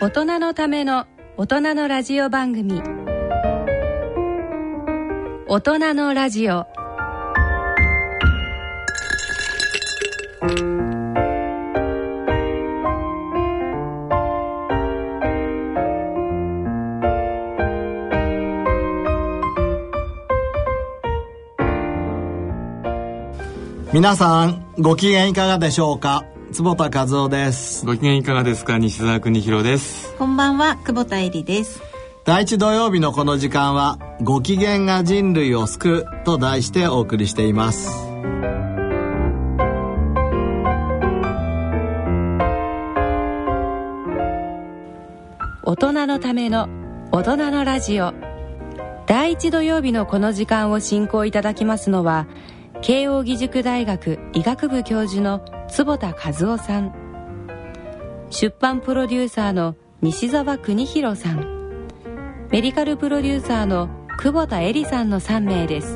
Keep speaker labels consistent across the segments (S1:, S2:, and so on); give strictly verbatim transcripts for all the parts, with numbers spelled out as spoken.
S1: 大人のための大人のラジオ番組、大人のラジオ。
S2: 皆さんご機嫌いかがでしょうか。坪田和夫です。
S3: ご機嫌いかがですか。西澤邦弘です。
S4: こんばんは、久保田恵里です。
S2: 第一土曜日のこの時間はご機嫌が人類を救うと題してお送りしています。
S1: 大人のための大人のラジオ。第一土曜日のこの時間を進行いただきますのは、慶應義塾大学医学部教授の坪田和夫さん、出版プロデューサーの西澤邦弘さん、メディカルプロデューサーの久保田恵里さんのさん名です。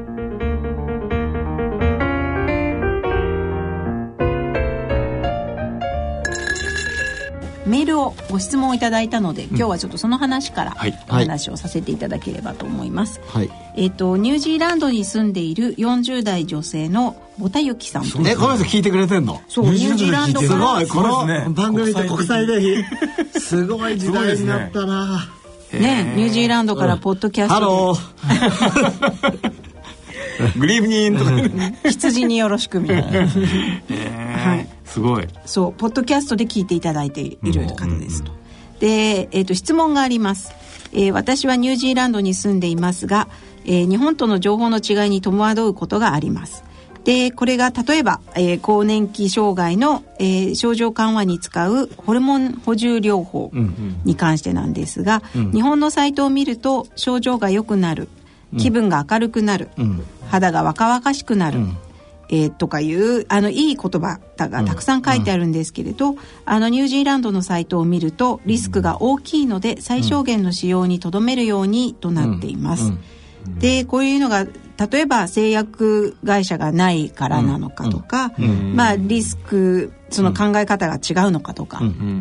S4: メールをご質問をいただいたので、今日はちょっとその話からお話をさせていただければと思います、はい。えーと、ニュージーランドに住んでいるよんじゅう代女性のボタユキさん。
S2: え、この人聞いてくれてんの？
S4: そう、ニュージーランドから。
S2: すごい、この番組って国際的すごい時代になったな。
S4: ね、ニュージーランドからポッドキャストで、
S2: ハローグリーブニンとか
S4: 羊によろしくみたいな、
S3: はい、すごい。
S4: そう、ポッドキャストで聞いていただいている方ですと。で、えーと、質問があります。えー、私はニュージーランドに住んでいますが、えー、日本との情報の違いに戸惑うことがあります。で、これが例えば、えー、更年期障害の、えー、症状緩和に使うホルモン補充療法に関してなんですが、うんうん、日本のサイトを見ると症状が良くなる、気分が明るくなる、うん、肌が若々しくなる、うん、えー、とかいうあのいい言葉がたくさん書いてあるんですけれど、うん、あのニュージーランドのサイトを見るとリスクが大きいので最小限の使用にとどめるようにとなっています、うんうん、で、こういうのが例えば製薬会社がないからなのかとか、うんうん、まあリスク、その考え方が違うのかとか、うん、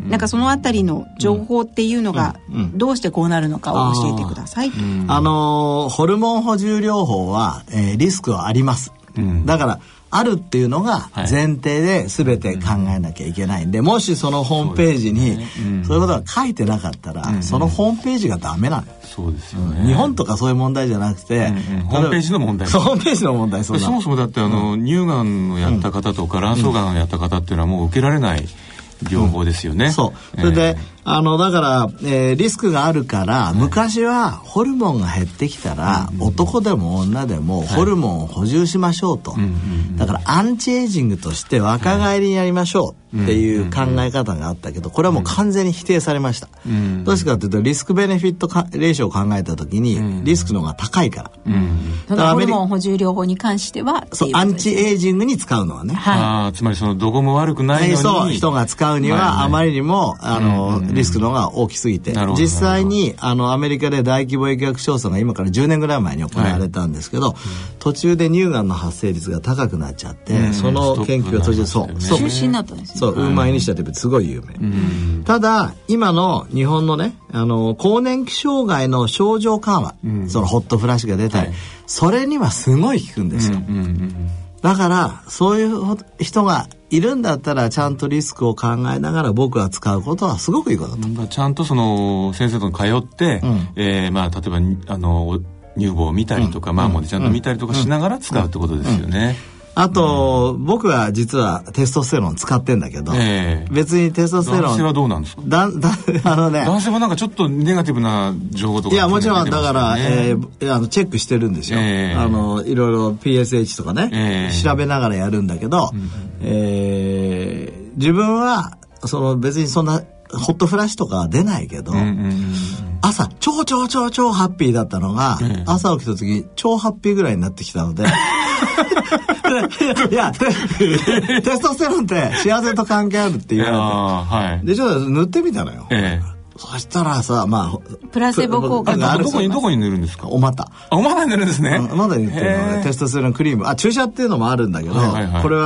S4: なんかそのあたりの情報っていうのがどうしてこうなるのかを教えてください。
S2: あのホルモン補充療法は、えー、リスクはあります、うん、だからあるっていうのが前提で全て考えなきゃいけないんで、もしそのホームページにそういうことが書いてなかったら、そのホームページがダメなの。
S3: そうですよね。
S2: 日本とかそういう問題じゃなくて、
S3: うんうん、ホームページの問題。
S2: そう、ホームページの問題。
S3: そもそもだってあの、うん、乳がんをやった方とか卵巣がんをやった方っていうのはもう受けられない療法ですよね、うん、そう。それで、えー、あのだから、えー、リスクがあるから、昔はホルモンが減ってきたら、うん、男でも女でもホルモンを補充しましょうと、はい、だからアンチエイジングとして若返りにやりましょうっていう考え方があったけど、これはもう完全に否定されました、うん、どうしてかというとリスクベネフィットレーションを考えた時にリスクの方が高いから、うん、
S4: だからホルモン補充療法に関しては
S2: そう、アンチエイジングに使うのはね、
S3: はい、あ、つまりそのどこも悪くないのに、はい、
S2: そう、人が使うにはあまりにも、はいはい、あの、うん、リスクの方が大きすぎて、実際にあのアメリカで大規模疫学調査が今からじゅうねんぐらい前に行われたんですけど、はい、途中で乳がんの発生率が高くなっちゃって、うん、その研究が途中で、そうそう、
S4: 中止になったんですね。
S2: そう、ウーマンイニシアティブすごい有名、うん、ただ今の日本のね、あの更年期障害の症状緩和、うん、そのホットフラッシュが出たり、はい、それにはすごい効くんですよ、うんうんうん、だからそういう人がいるんだったらちゃんとリスクを考えながら僕は使うことはすごくいいことだと。
S3: ちゃんとその先生と通って、うん、えー、まあ例えばあの乳房を見たりとか、うん、マンモでちゃんと見たりとかしながら使うってことですよね、うんうんうん、
S2: あと、うん、僕は実はテストステロン使ってんだけど、えー、別にテストステロン
S3: 男性はどうなんですか？
S2: だだあのね、男
S3: 性はなんかちょっとネガティブな情報とか、
S2: いやもちろんだから、えー、あのチェックしてるんですよ、えー、あのいろいろ ピーエスエイチ とかね、えー、調べながらやるんだけど、うん、えー、自分はその別にそんなホットフラッシュとかは出ないけど、うんうんうん、朝超超超超ハッピーだったのが、うん、朝起きた時超ハッピーぐらいになってきたのでいや テ, テストステロンって幸せと関係あるって言われて、はい、でちょっと塗ってみたのよ、ええ、そしたらさ、まあ
S4: プラセボ効果がある。
S3: どこにどこに塗るんですか？
S2: お股。
S3: あ、お股に塗るんですね。
S2: お股に塗ってるのね、テストステロンクリーム。あ、注射っていうのもあるんだけど、はいはいはい、これは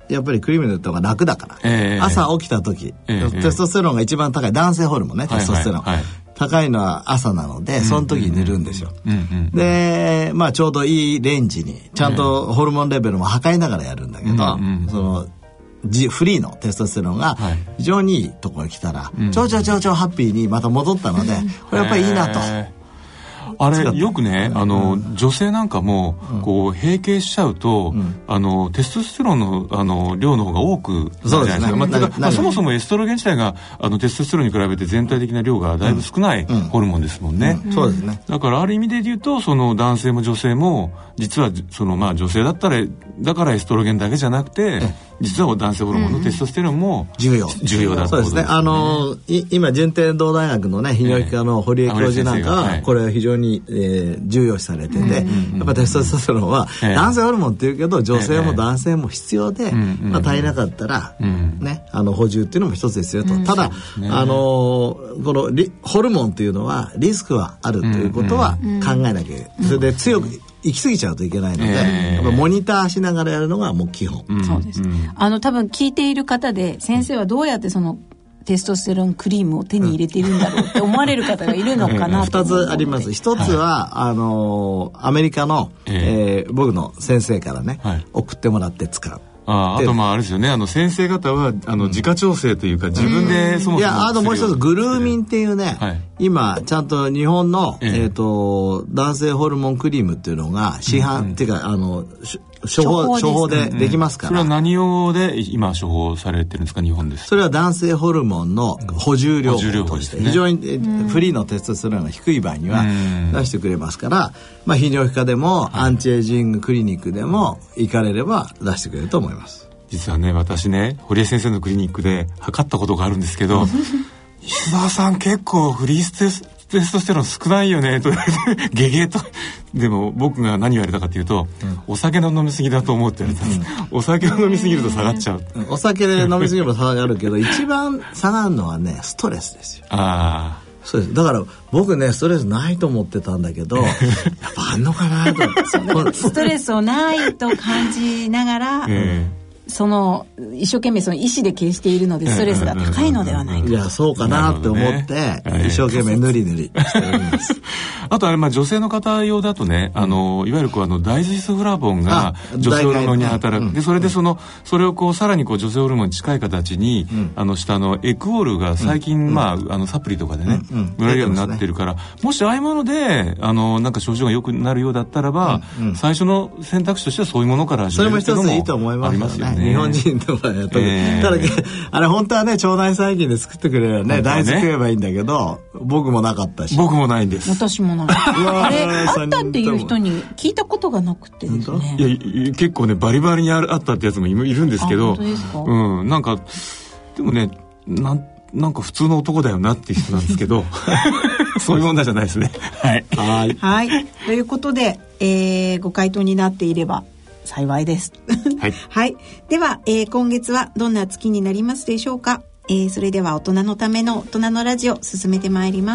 S2: やっぱりクリーム塗った方が楽だから、えー、朝起きた時、えー、テストステロンが一番高い男性ホルモンね、テストステロン、はいはいはい、高いのは朝なので、その時に塗るんですよ、うんうんうん、で、まあ、ちょうどいいレンジにちゃんとホルモンレベルも測りながらやるんだけど、うんうん、そのフリーのテストステロンが非常にいいところに来たら、はい、ちょちょちょちょハッピーにまた戻ったので、これやっぱりいいなと。
S3: あれよくね、あの、うん、女性なんかもこう閉経しちゃうと、うん、あのテストステロンのあの量の方が多くなるじゃないですか。まあ、だからまあ、そもそもエストロゲン自体があのテストステロンに比べて全体的な量がだいぶ少ないホルモンですもんね。
S2: そうですね。
S3: だからある意味で言うと、その男性も女性も実はそのまあ女性だったらだからエストロゲンだけじゃなくて、実は男性ホルモンのテストステロンも重要重要だということですね。
S2: そうですね。あのい今順天堂大学のね泌尿器科の堀江教授なんかは、はい、これは非常に、えー、重要視されてて、うんうんうん、やっぱテストステロンは男性ホルモンっていうけど女性も男性も必要で、まあ、足りなかったら、ね、あの補充っていうのも一つですよと、うん、ただ、ね、あのこのリホルモンっていうのはリスクはあるということは考えなきゃいけない、うん、それで強く行き過ぎちゃうといけないので、えー、やっぱモニターしながらやるのがもう基本、
S4: うん、そうです、うん、あの多分聞いている方で先生はどうやってそのテストステロンクリームを手に入れているんだろうって思われる方がいるのかなと
S2: ふたつあります。ひとつは、はい、あのアメリカの、えーえー、僕の先生からね、はい、送ってもらって使う。
S3: あ, あとまああれですよね、あの先生方はあの自家調整というか自分でそもそも、
S2: いやあともう一つグルーミンっていうね、はい、今ちゃんと日本の、えーえー、と男性ホルモンクリームっていうのが市販、うん、っていうかあの処方、処方でできますから、
S3: うんうん、それは何用で今処方されてるんですか、日本です。
S2: それは男性ホルモンの補充療法として、うん、非常にフリーのテストステロンが低い場合には出してくれますから、まあ、泌尿器科でもアンチエイジングクリニックでも行かれれば出してくれると思います。
S3: 実はね、私ね堀江先生のクリニックで測ったことがあるんですけど石澤さん結構フリーステステストステロン少ないよねとゲゲと。でも僕が何言われたかというと、うん、お酒の飲みすぎだと思うって言われたんです、うん、お酒を飲みすぎると下がっちゃう、
S2: うん、お酒で飲みすぎれば下がるけど一番下がるのはねストレスですよ。
S3: ああ、
S2: そうです。だから僕ねストレスないと思ってたんだけどやっぱあんのかなと
S4: ストレスをないと感じながら、えーその一生懸命その意思で消しているのでストレスが高いのではないか、
S2: いやそうかなって思って、ね、一生懸命塗り塗りしております
S3: あとあれ、まあ、女性の方用だとね、あのいわゆるこうあの大豆イソフラボンが女性ホルモンに働く、うん、でそれでそのそれをこうさらにこう女性ホルモンに近い形に、うん、あの下のエクオールが最近、うん、まあ、あのサプリとかでね、うんうん、売られるようになってるから、もしああいうものであのなんか症状が良くなるようだったらば、うんうん、最初の選択肢としてはそういうものから始めるっていうのもありますよね。
S2: 日本人とかやった、えー、ただあれ本当はね腸内細菌で作ってくれるよね、大豆食えばいいんだけど僕もなかったし。
S3: 僕もないんです。
S4: 私もないあれあったっていう人に聞いたことがなくてですね。
S3: いや結構ねバリバリにあったってやつもいるんですけど、
S4: 本当ですか。
S3: うん、なんかでもねなんなんか普通の男だよなっていう人なんですけどそういう問題じゃないですね。はい
S4: はい、はい、ということで、えー、ご回答になっていれば幸いですはい、はい、では、えー、今月はどんな月になりますでしょうか。えー、それでは大人のための大人のラジオ進めてまいります。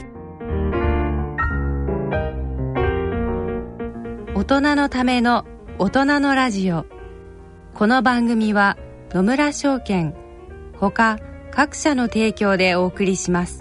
S1: 大人のための大人のラジオ。この番組は野村証券ほか各社の提供でお送りします。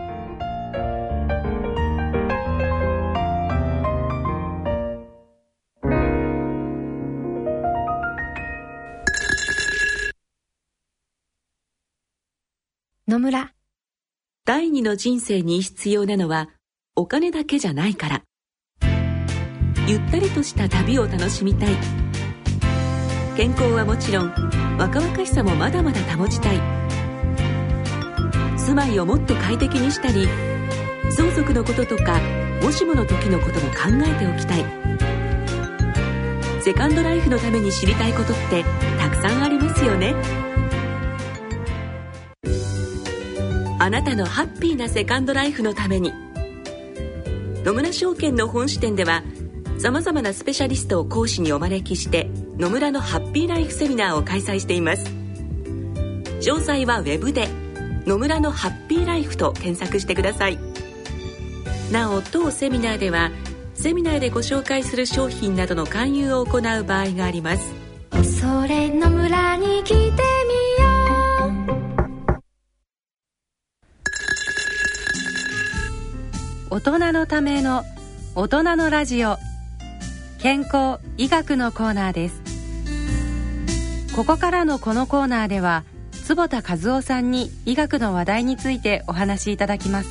S5: 野村。第二の人生に必要なのはお金だけじゃないから。ゆったりとした旅を楽しみたい。健康はもちろん若々しさもまだまだ保ちたい。住まいをもっと快適にしたり、相続のこととかもしもの時のことも考えておきたい。セカンドライフのために知りたいことってたくさんありますよね。あなたのハッピーなセカンドライフのために、野村証券の本支店ではさまざまなスペシャリストを講師にお招きして野村のハッピーライフセミナーを開催しています。詳細はウェブで野村のハッピーライフと検索してください。なお当セミナーではセミナーでご紹介する商品などの勧誘を行う場合があります。
S6: それの村に来てみよう。
S1: 大人のための大人のラジオ、健康医学のコーナーです。ここからのこのコーナーでは坪田和夫さんに医学の話題についてお話しいただきます。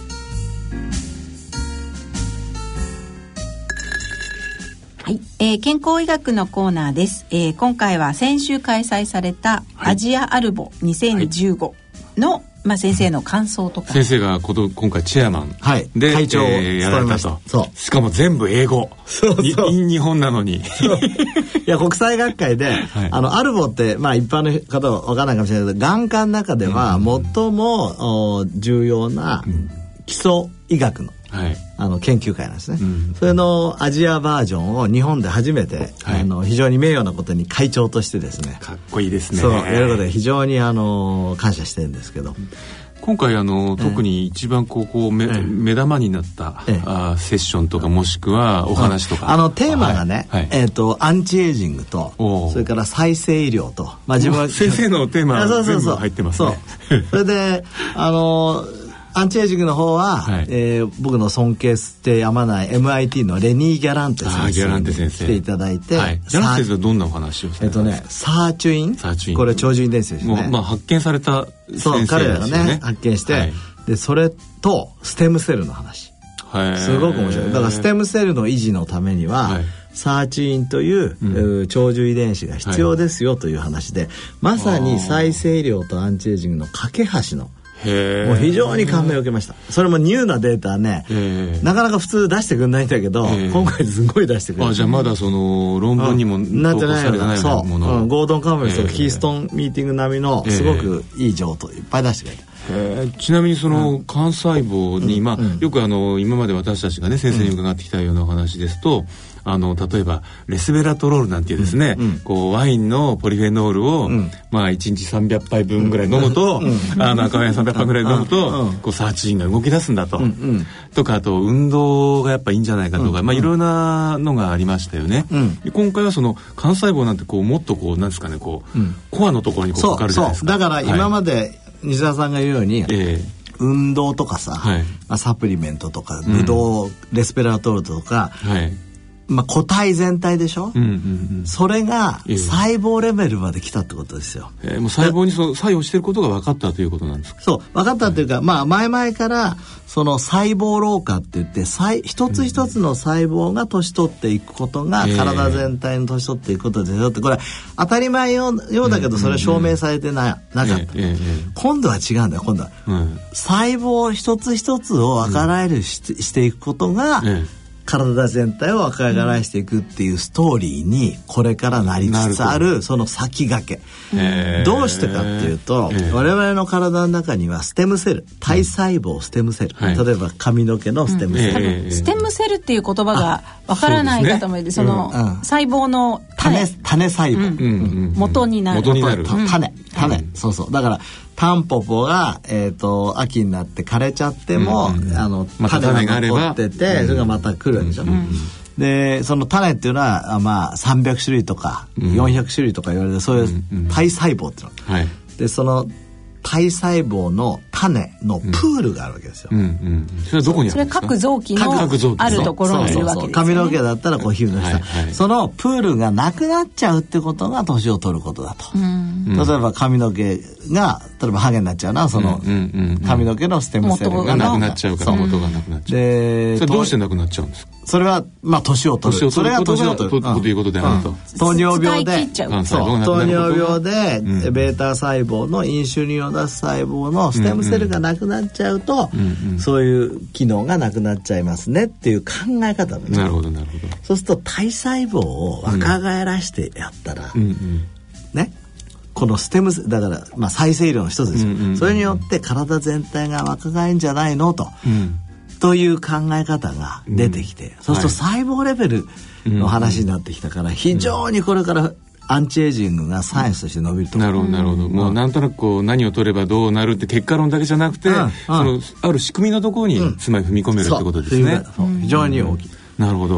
S4: はい、えー、健康医学のコーナーです。えー、今回は先週開催されたアジアアルボにせんじゅうごの、はい、まあ、先生の感想とか。
S3: 先生がこと今回チェアマンで、
S2: はい、会長を、
S3: えー、やられたと。
S2: そう。
S3: しかも全部英語。
S2: そうそう。
S3: 日本なのに。い
S2: や、国際学会で、はい、あの、アルボって、まあ一般の方は分からないかもしれないけど、眼科の中では最も、うん、重要な基礎医学の、はい、あの研究会なんですね、うん、それのアジアバージョンを日本で初めて、はい、あの非常に名誉なことに会長としてですね、
S3: かっこいいですね。
S2: そうやることで非常にあの感謝してるんですけど、
S3: 今回あの特に一番こうこう目、ええ、目玉になった、ええ、あセッションとかもしくはお話とか、
S2: うん、あのテーマがね、はいはい、えーと、アンチエイジングとそれから再生医療と、まあ、自分は
S3: 先生のテーマは全部入ってますね。
S2: そうそれであのアンチエイジングの方は、はい、えー、僕の尊敬してやまない エムアイティー のレニー・ギャランテ先生に来ていただいて、
S3: はい、ギャランテ先生はどんなお話をされたんですか？
S2: えっとね、サーチュイン、サーチュイン、これ長寿遺伝子ですね。もう、
S3: まあ、発見された先生ですよね。
S2: そう、彼らがね発見して、はい、でそれとステムセルの話、すごく面白い。だからステムセルの維持のためには、はい、サーチュインという、うん、長寿遺伝子が必要ですよという話で、はい、まさに再生医療とアンチエイジングの架け橋のもう非常に感銘を受けました。それもニューなデータね、なかなか普通出してくれないんだけど、今回すごい出してくれる。
S3: あ、じゃあまだその論文にも
S2: なってないような、そう、
S3: もの、
S2: うん、ゴードン・カーメルスとかキーストンミーティング並みのすごくいい情報いっぱい出してくれた。
S3: えー、ちなみにその幹細胞に、うん、まあ、うん、よくあの今まで私たちがね先生に伺ってきたようなお話ですと、あの例えばレスベラトロールなんていうですね、うん、こうワインのポリフェノールを、うん、まあいちにちさんびゃくぱいぶんぐらい飲むと、うん、あの赤ワインさんびゃくぱいぐらい飲むと、うん、こうサーチュインが動き出すんだと、うんうん、とかあと運動がやっぱいいんじゃないかとか、うん、まあいろんなのがありましたよね、うん、今回はその幹細胞なんてこうもっとこうなんですかねこう、うん、コアのところにこうかかるじゃないですか。
S2: そうそうだから今まで、はい、西田さんが言うように、えー、運動とかさ、はい、まあ、サプリメントとかブドウ、うん、レスペラトールとか、はい、まあ、個体全体でしょ、うんうんうん、それが細胞レベルまで来たってことですよ、
S3: えー、もう細胞にその作用していることが分かったということなんですか？
S2: そう分かったというか、はい、まあ前々からその細胞老化って言って一つ一つの細胞が年取っていくことが体全体の年取っていくことですよって、これ当たり前よう、ようだけどそれは証明されて な, なかった、えーえー、今度は違うんだよ。今度は、うん、細胞一つ一つを分からえる し,、うん、していくことが、えー体全体を若返らしていくっていうストーリーにこれからなりつつあるその先駆け。どうしてかっていうと、我々の体の中にはステムセル、体細胞ステムセル、例えば髪の毛のステムセル、
S4: ステムセルっていう言葉がわからない方もいる。その細胞の種
S2: 種細胞、
S4: 元になる
S3: 元になる
S2: 種種、そうそう。だからタンポポが、えー、と秋になって枯れちゃっても、うんうん、あの種が残ってて、うん、それがまた来るんでしょ、うん、でその種っていうのは、まあ、さんびゃくしゅるいとか、うん、よんひゃくしゅるいとか言われて、そういう体細胞っていうの、うんうん、はい、でその体細胞の種のプールがあるわけですよ、うんうんうん、
S3: それはどこにあるんですか？
S4: それ各臓器のあるところにいるわけですよね。
S2: 髪の毛だったらこう皮膚の下、はいはい、そのプールがなくなっちゃうってことが年を取ることだと、うん、例えば髪の毛が例えばハゲになっちゃうな、その髪の毛のステムセル
S3: がなくなっちゃうから元がなくなっちゃう。でそれどうしてなくなっちゃうんですか？
S2: それはまあ年を取る、それが年を取る
S3: ということであると、
S2: 糖尿病でそう糖尿病で、うん、ベータ細胞のインシュリンを出す細胞のステムセルがなくなっちゃうと、うんうん、そういう機能がなくなっちゃいますねっていう考え方なんです。
S3: なるほどなるほど。
S2: そうすると体細胞を若返らしてやったら、うんうん、ね、このステムだから、まあ、再生医療の一つですよ、うんうんうん、それによって体全体が若返るんじゃないのと、うん、という考え方が出てきて、うん、そうすると細胞レベルの話になってきたから、非常にこれからアンチエイジングがサイエンスとして伸びると、
S3: うん、なるほどなるほど、うん、もうなんとなくこう何を取ればどうなるって結果論だけじゃなくて、うんうん、そのある仕組みのところにつまり踏み込めるってことですね、
S2: うん、非常に大きい、
S3: うん、なるほど。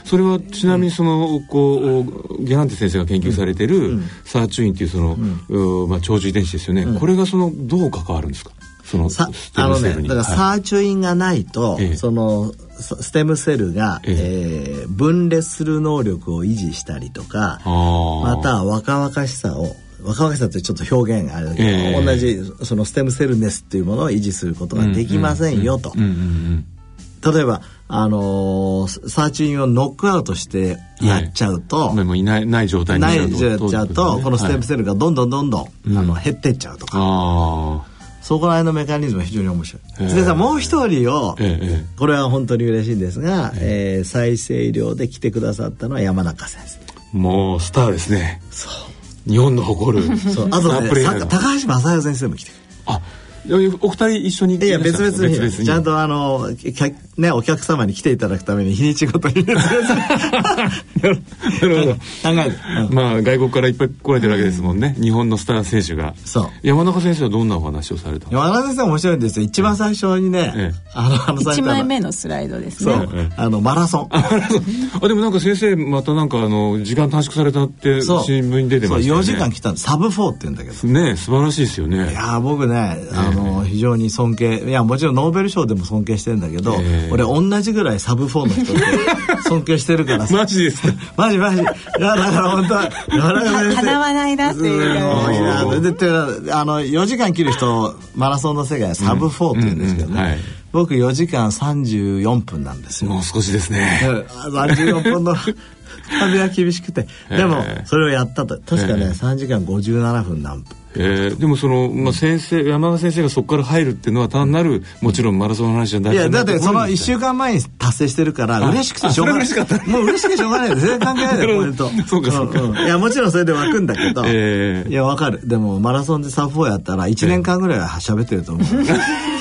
S3: それはちなみにそのこうゲランテ先生が研究されている、うん、サーチュインっていうその、うんまあ、長寿遺伝子ですよね、うん、これがそのどう関わるんですか、そのステムセルに。
S2: あのね、だからサーチュインがないと、はい、そのステムセルが、えええー、分裂する能力を維持したりとか、または若々しさを若々しさってちょっと表現があるけど、えー、同じそのステムセルネスっていうものを維持することができませんよと。例えばあのー、サーチュインをノックアウトしてやっちゃうと、
S3: はい、もういないない状態にな
S2: っちゃうと、ね、このステムセルがどんどんどんどん、はい、あの減ってっちゃうとか、あそこら辺のメカニズムは非常に面白い。でさもう一人を、ええ、これは本当に嬉しいんですが、ええー、再生医療で来てくださったのは山中先生。
S3: もうスターですね。そう日本の誇る
S2: そうあとね高橋正代先生も来てくる。
S3: あお二人一緒に
S2: いや別々にちゃんとあのねお客様に来ていただくために日にちごとに別々になるほど考える、
S3: うん、まあ外国からいっぱい来られてるわけですもんね、うん、日本のスター選手が。そう山中先生はどんなお話をされたの？
S2: 山中先生は面白いんですよ。一番最初にね、ええ、
S4: あのあのいちまいめのスライドですね。そう、
S2: ええ、あのマラソン
S3: あでもなんか先生またなんかあの時間短縮されたって新聞に出てましたよね。そう
S2: よじかん来たんサブフォーって言うんだけど
S3: ね素晴らしいですよね。
S2: いや僕ねあの、ええ、非常に尊敬いやもちろんノーベル賞でも尊敬してるんだけど、えー、俺同じぐらいサブフォーの人って尊敬してるから
S3: マジですか
S2: マジマジいやだから本当は
S4: 叶わないなっていう
S2: 絶対あのよじかん切る人マラソンの世界はサブフォーって言うんですけどね、うんうんうんはい、僕よじかんさんじゅうよんぷんなんですよ。
S3: もう少しですね。
S2: さんじゅうよんぷんの旅は厳しくてでもそれをやったと確かねさんじかんごじゅうななふん何分
S3: えー、でもその、まあ、先生山田先生がそこから入るっていうのは単なるもちろんマラソンの話じゃない。
S2: いやだってそのいっしゅうかんまえに達成してるから嬉しくてしょうがない。もう嬉しくてしょうがない全然関係ないだよこれと。
S3: そうかそうか、うんうん、
S2: いやもちろんそれで湧くんだけど、えー、いやわかる。でもマラソンでサブフォーやったらいちねんかんぐらいは喋ってると思う、えー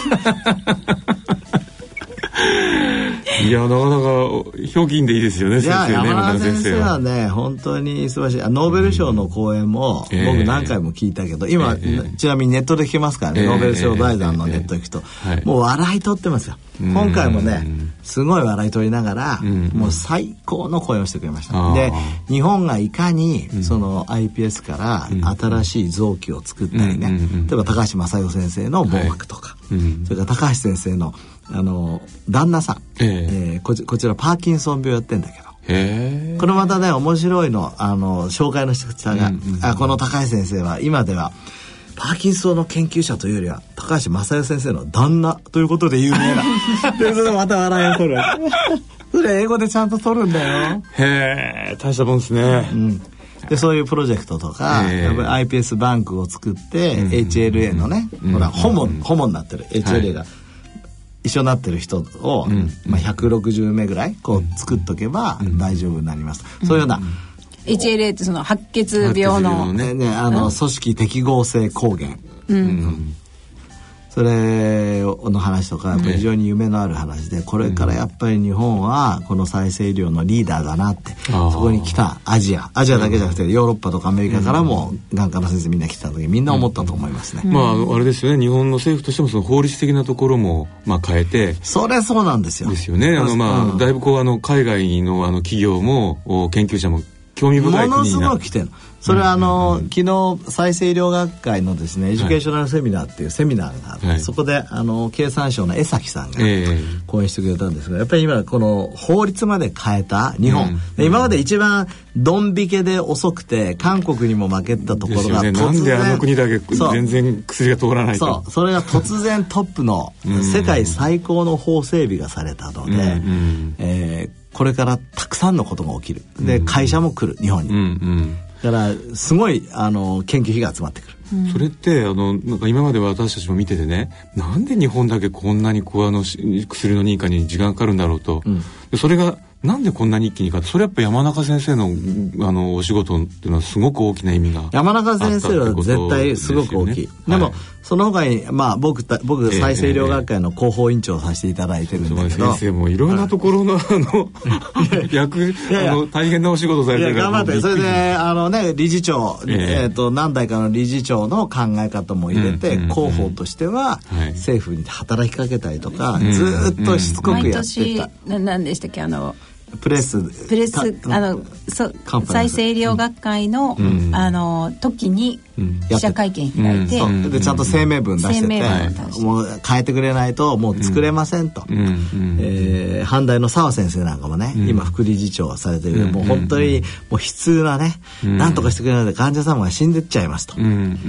S3: いやなかなかひょうきんでいいですよね先生ね。
S2: 山田先生はね本当に素晴らしい。ノーベル賞の講演も僕何回も聞いたけど、今、えー、ちなみにネットで聞けますからね、えー、ノーベル賞財団のネット行くと、えー、もう笑い取ってますよ。今回もねすごい笑い取りながらもう最高の講演をしてくれました。で日本がいかにその アイピーエス から新しい臓器を作ったりね、例えば高橋正代先生の網膜とか、はい、それから高橋先生のあの旦那さん、えーえー、こち、こちらパーキンソン病やってんだけど、へーこれまたね面白いのあの紹介の仕方が、うんうんうん、あこの高橋先生は今ではパーキンソンの研究者というよりは高橋正代先生の旦那ということで有名なでそれまた笑いを取るそれ英語でちゃんと取るんだよ。
S3: へえ大したもんですね、
S2: うんでそういうプロジェクトとか、やっぱり アイピーエス バンクを作って、うん、エイチエルエー のね、うん、ほらホモ、うん、ホモになってる エイチエルエー が、はい一緒になってる人を、うんまあ、ひゃくろくじゅうめいぐらいこう作っとけば大丈夫になります、うん、そういうような、うん、
S4: エイチエルエー ってその白血病の
S2: ね、ねあの、うん、組織適合性抗原、うんうんそれの話とかやっぱり非常に夢のある話で、これからやっぱり日本はこの再生医療のリーダーだなって、うん、そこに来たアジアアジアだけじゃなくてヨーロッパとかアメリカからも眼科の先生みんな来た時みんな思ったと思いますね、
S3: うん、まああれですよね日本の政府としてもその法律的なところもまあ変えて
S2: それそうなんですよ
S3: ですよねあのまあ、うん、だいぶこうあの海外のあの企業も研究者も興味深い国にな
S2: ものすごく来てる。それはあの、うん、昨日再生医療学会のですねエデュケーショナルセミナーっていうセミナーがあって、はい、そこであの経産省の江崎さんが講演してくれたんですが、やっぱり今この法律まで変えた日本、うん、今まで一番ドン引けで遅くて韓国にも負けたところが突然、ね、
S3: なんであの国だけ全然薬が通らないと
S2: そうそれが突然トップの世界最高の法整備がされたので、うんうんえー、これからたくさんのことが起きるで会社も来る日本に、うんうんだからすごいあの研究費が集まってくる、
S3: うん、それってあのなんか今まで私たちも見ててねなんで日本だけこんなにこうあの薬の認可に時間かかるんだろうと、うん、でそれがなんでこんなに一気にかそれやっぱ山中先生のあのお仕事っていうのはすごく大きな意味が
S2: 山中先生は絶対すごく大きい、ね、でも、はい、その他にまあ僕た僕再生医療学会の広報委員長をさせていただいてるんだけど、
S3: えー、先生もいろんなところのあの役あの大変なお仕事されてるから
S2: 頑張ってそれであのね理事長、えーえー、と何代かの理事長の考え方も入れて、うんうんうん、広報としては、はい、政府に働きかけたりとか、うん、ずっとしつこくやってた、
S4: 毎年何でしたっけあの
S2: プレス
S4: プレスあのそ再生医療学会の、うん、あの時に記者会見開いて、
S2: うんうん、でちゃんと声明文出してて、うん、もう変えてくれないともう作れませんと、うん、えー、阪大の澤先生なんかもね、うん、今副理事長をされてる、うん、もう本当にもう悲痛なね、うん、なんとかしてくれないで患者様が死んでっちゃいますと、うん、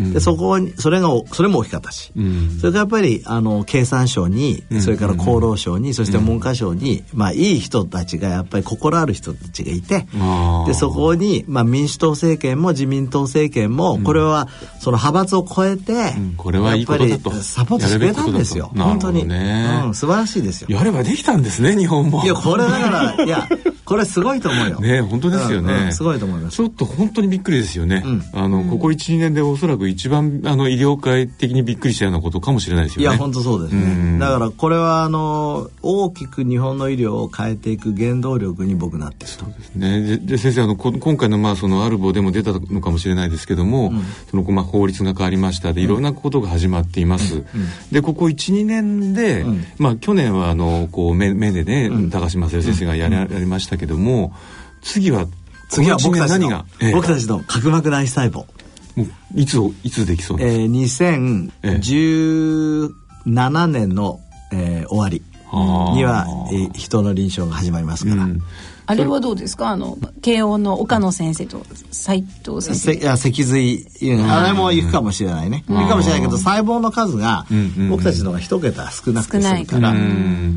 S2: でそこにそれがそれも大きかったし、うん、それからやっぱりあの経産省に、それから厚労省に、そして文科省に、まあいい人たちがやっぱり心ある人たちがいて、でそこに、まあ、民主党政権も自民党政権もこれはその派閥を超えて、うん、
S3: これはいいことだと
S2: サポートしてくれたんですよ。本当に、ね、うん、素晴らしいですよ。
S3: やればできたんですね、日本も。
S2: いやこれだからいやこれすごいと思うよ。
S3: ね、本当ですよね、
S2: うんうん、すごいと思います。
S3: ちょっと本当にびっくりですよね、うん、あのここ いち,に 年でおそらく一番あの医療界的にびっくりしたようなことかもしれないですよね。
S2: いや本当そうですね、うん、だからこれはあの大きく日本の医療を変えていく原動力に僕なってると。
S3: そうですね。で, で先生あのこ今回のまあそのアルボでも出たのかもしれないですけども、うん、そのまあ法律が変わりましたでいろんなことが始まっています、うんうん、でここ いち,に 年で、うん、まあ去年はあのこう 目, 目でね、うん、高島先生がや り,、うん、やりましたけども、次は
S2: 次は僕たちの、ええ、僕たちの角膜内細胞
S3: もういついつできそうですか。
S2: えー、にせんじゅうななねんの、えー、終わりには、えー、人の臨床が始まりますから、うん、
S4: あれはどうですか、あの慶応の岡野先生と斉藤先生。
S2: いや脊髄、あれも行くかもしれないね、行くかもしれないけど細胞の数が僕たちのが一桁少なくて済むから、うんうん、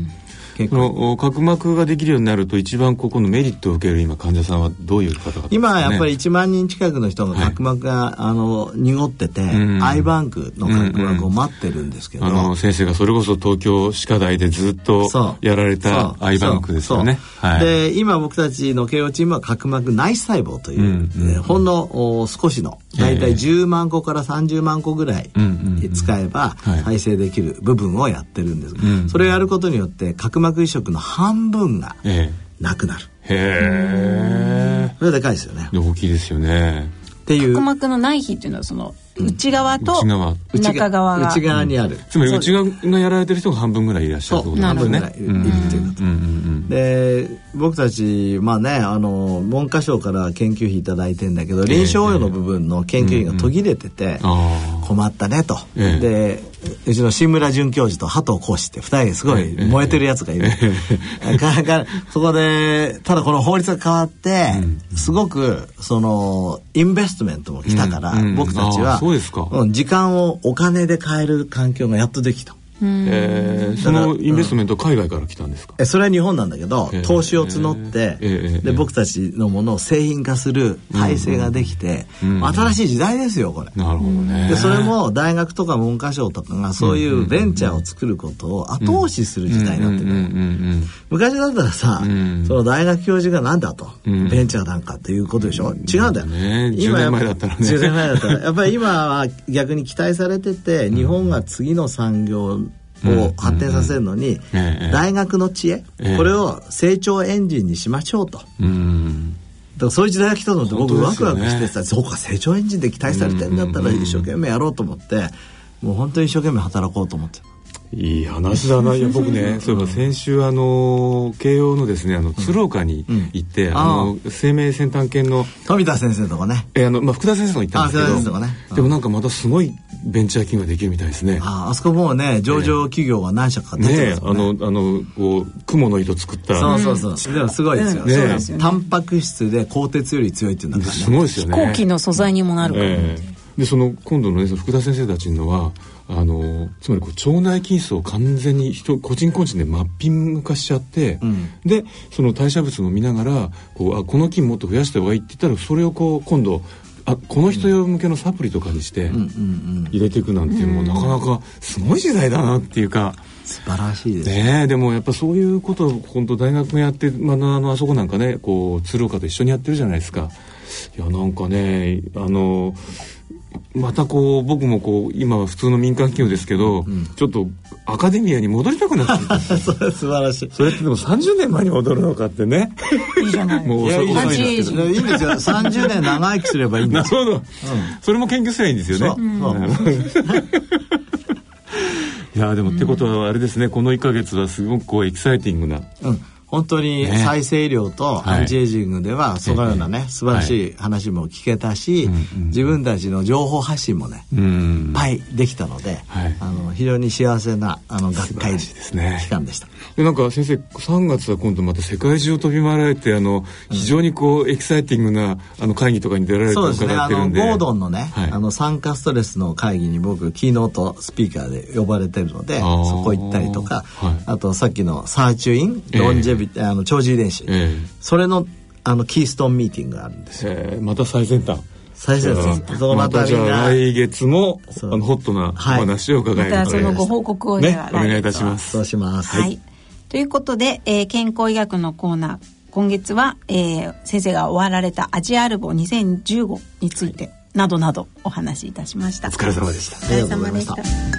S3: この角膜ができるようになると一番ここのメリットを受ける今患者さんはどういう方々ですかね。
S2: 今やっぱりいちまんにん近くの人が角膜が、はい、あの濁ってて、うん、アイバンクの角膜を待ってるんですけど、
S3: うんうん、あの先生がそれこそ東京歯科大でずっとやられたアイバンクですよね。
S2: はい、で今僕たちの慶応チームは角膜内細胞という、うんうん、ほんの少しのだいたいじゅうまんこからさんじゅうまんこぐらい使えば再生できる部分をやってるんです、うんうん、それをやることによって角膜移植の半分がなくなる。
S3: へー、
S2: それはでかいですよね。
S3: 大きいですよね。
S2: っていう
S4: 角膜の内皮っていうのはその内側と中側が
S2: 内側にある、うん、
S3: つまり内側がやられてる人が半分ぐらいいらっしゃるということなんですね。半分ぐらいいるっていうこと、うんうんうん、で僕たちまあねあの文科省から研究費いただいてんだけど、臨床応用の部分の研究費が途切れてて困ったねと、えー、でうちの新村准教授と波藤講師ってふたりすごい燃えてるやつがいる、えー、そこでただこの法律が変わって、うん、すごくそのインベストメントも来たから、うんうん、僕たちはそうですか、
S2: うん、時間をお金で買える環境がやっとできた。
S3: えー、そのインベストメント海外から来たんですか。
S2: えそれは日本なんだけど、投資を募って、えー、で僕たちのものを製品化する体制ができて、うんうん、新しい時代ですよこれ。
S3: なるほどね。
S2: でそれも大学とか文科省とかがそういうベンチャーを作ることを後押しする時代になってる。昔だったらさ、うん、その大学教授がなんだと、うん、ベンチャーなんかっていうことでしょ。違うんだよ、
S3: ね、今じゅうねんまえだったらね。
S2: じゅうねんまえだったらやっぱり今は逆に期待されてて、日本が次の産業を発展させるのに、うんうんうん、大学の知恵、えー、これを成長エンジンにしましょうと、うん、だからそういう時代が来たのって僕ワクワクしてさ、そうか成長エンジンで期待されてるんだったら一生懸命やろうと思って、もう本当に一生懸命働こうと思って。
S3: いい話だな。いや僕ねそういえば先週あの慶応のですねあの鶴岡に行って、うん、あの生命先端研の
S2: 富田先生とかね、
S3: えーあのまあ、福田先生も行ったんですけど、ねうん、でもなんかまたすごいベンチャー企業ができるみたいですね。
S2: ああそこもうね上場企業が何社か出てますよね。
S3: ねあのあのこう雲の糸作った
S2: そうそうそう、うん、でもすごいですよ、ね、そうですよね。タンパク質で鋼鉄より強いっていうんだからね。
S3: すごいですよね。
S4: 飛行機の素材にもなるから、
S3: えー、でその今度のねその福田先生たちのはあのつまりこう腸内菌層を完全に人個人個人でマッピング化しちゃって、うん、でその代謝物を見ながらこうあこの菌もっと増やした方がいいって言ったらそれをこう今度あこの人用向けのサプリとかにして入れていくなんていうのもなかなかすごい時代だなっていうか。
S2: 素晴らしいです
S3: ね。でもやっぱそういうことを本当大学がやって、まあ、あのあそこなんかねこう鶴岡と一緒にやってるじゃないですか。いやなんかねあのまたこう僕もこう今は普通の民間企業ですけど、うん、ちょっとアカデミアに戻りたくなって
S2: それ素晴らしい。
S3: それってでもさんじゅうねんまえに戻るのかってね。
S4: いいじゃない。
S3: もう遅いですけど
S2: いいんですよ。さんじゅうねん長生きすればいいんですよ。
S3: なるほど、うん、それも研究すればいいんですよね。そうそう、いやでもってことはあれですね、このいっかげつはすごくこうエキサイティングな、
S2: うん、 本当に再生医療とアンチエイジングではそのようなね、素晴らしい話も聞けたし、自分たちの情報発信もね、いっぱいできたので、あの非常に幸せなあの学会期間でした。
S3: でなんか先生さんがつは今度また世界中を飛び回られて、あの非常にこうエキサイティングなあの会議とかに出られると伺ってるんで。そうですね、あの
S2: ゴードンのね、はい、あの酸化ストレスの会議に僕キーノートスピーカーで呼ばれてるので、そこ行ったりとか、はい、あとさっきのサーチュイン、ロンジェビティ、あの長寿遺伝子、えー、それのあのキーストーンミーティングがあるんですよ。
S3: えー、また最先端。
S2: 最先端。そ
S3: またじゃあ来月もあのホットなお話を伺えると、
S4: はい、またそのご報告をね、
S3: お願いいたします。
S2: そうします。
S4: はい。はい、ということで、えー、健康医学のコーナー、今月は、えー、先生が終わられたアジアアルボにせんじゅうごについて、はい、などなどお話しいたしました。
S3: お疲れ様でした。
S4: お疲れ様でした。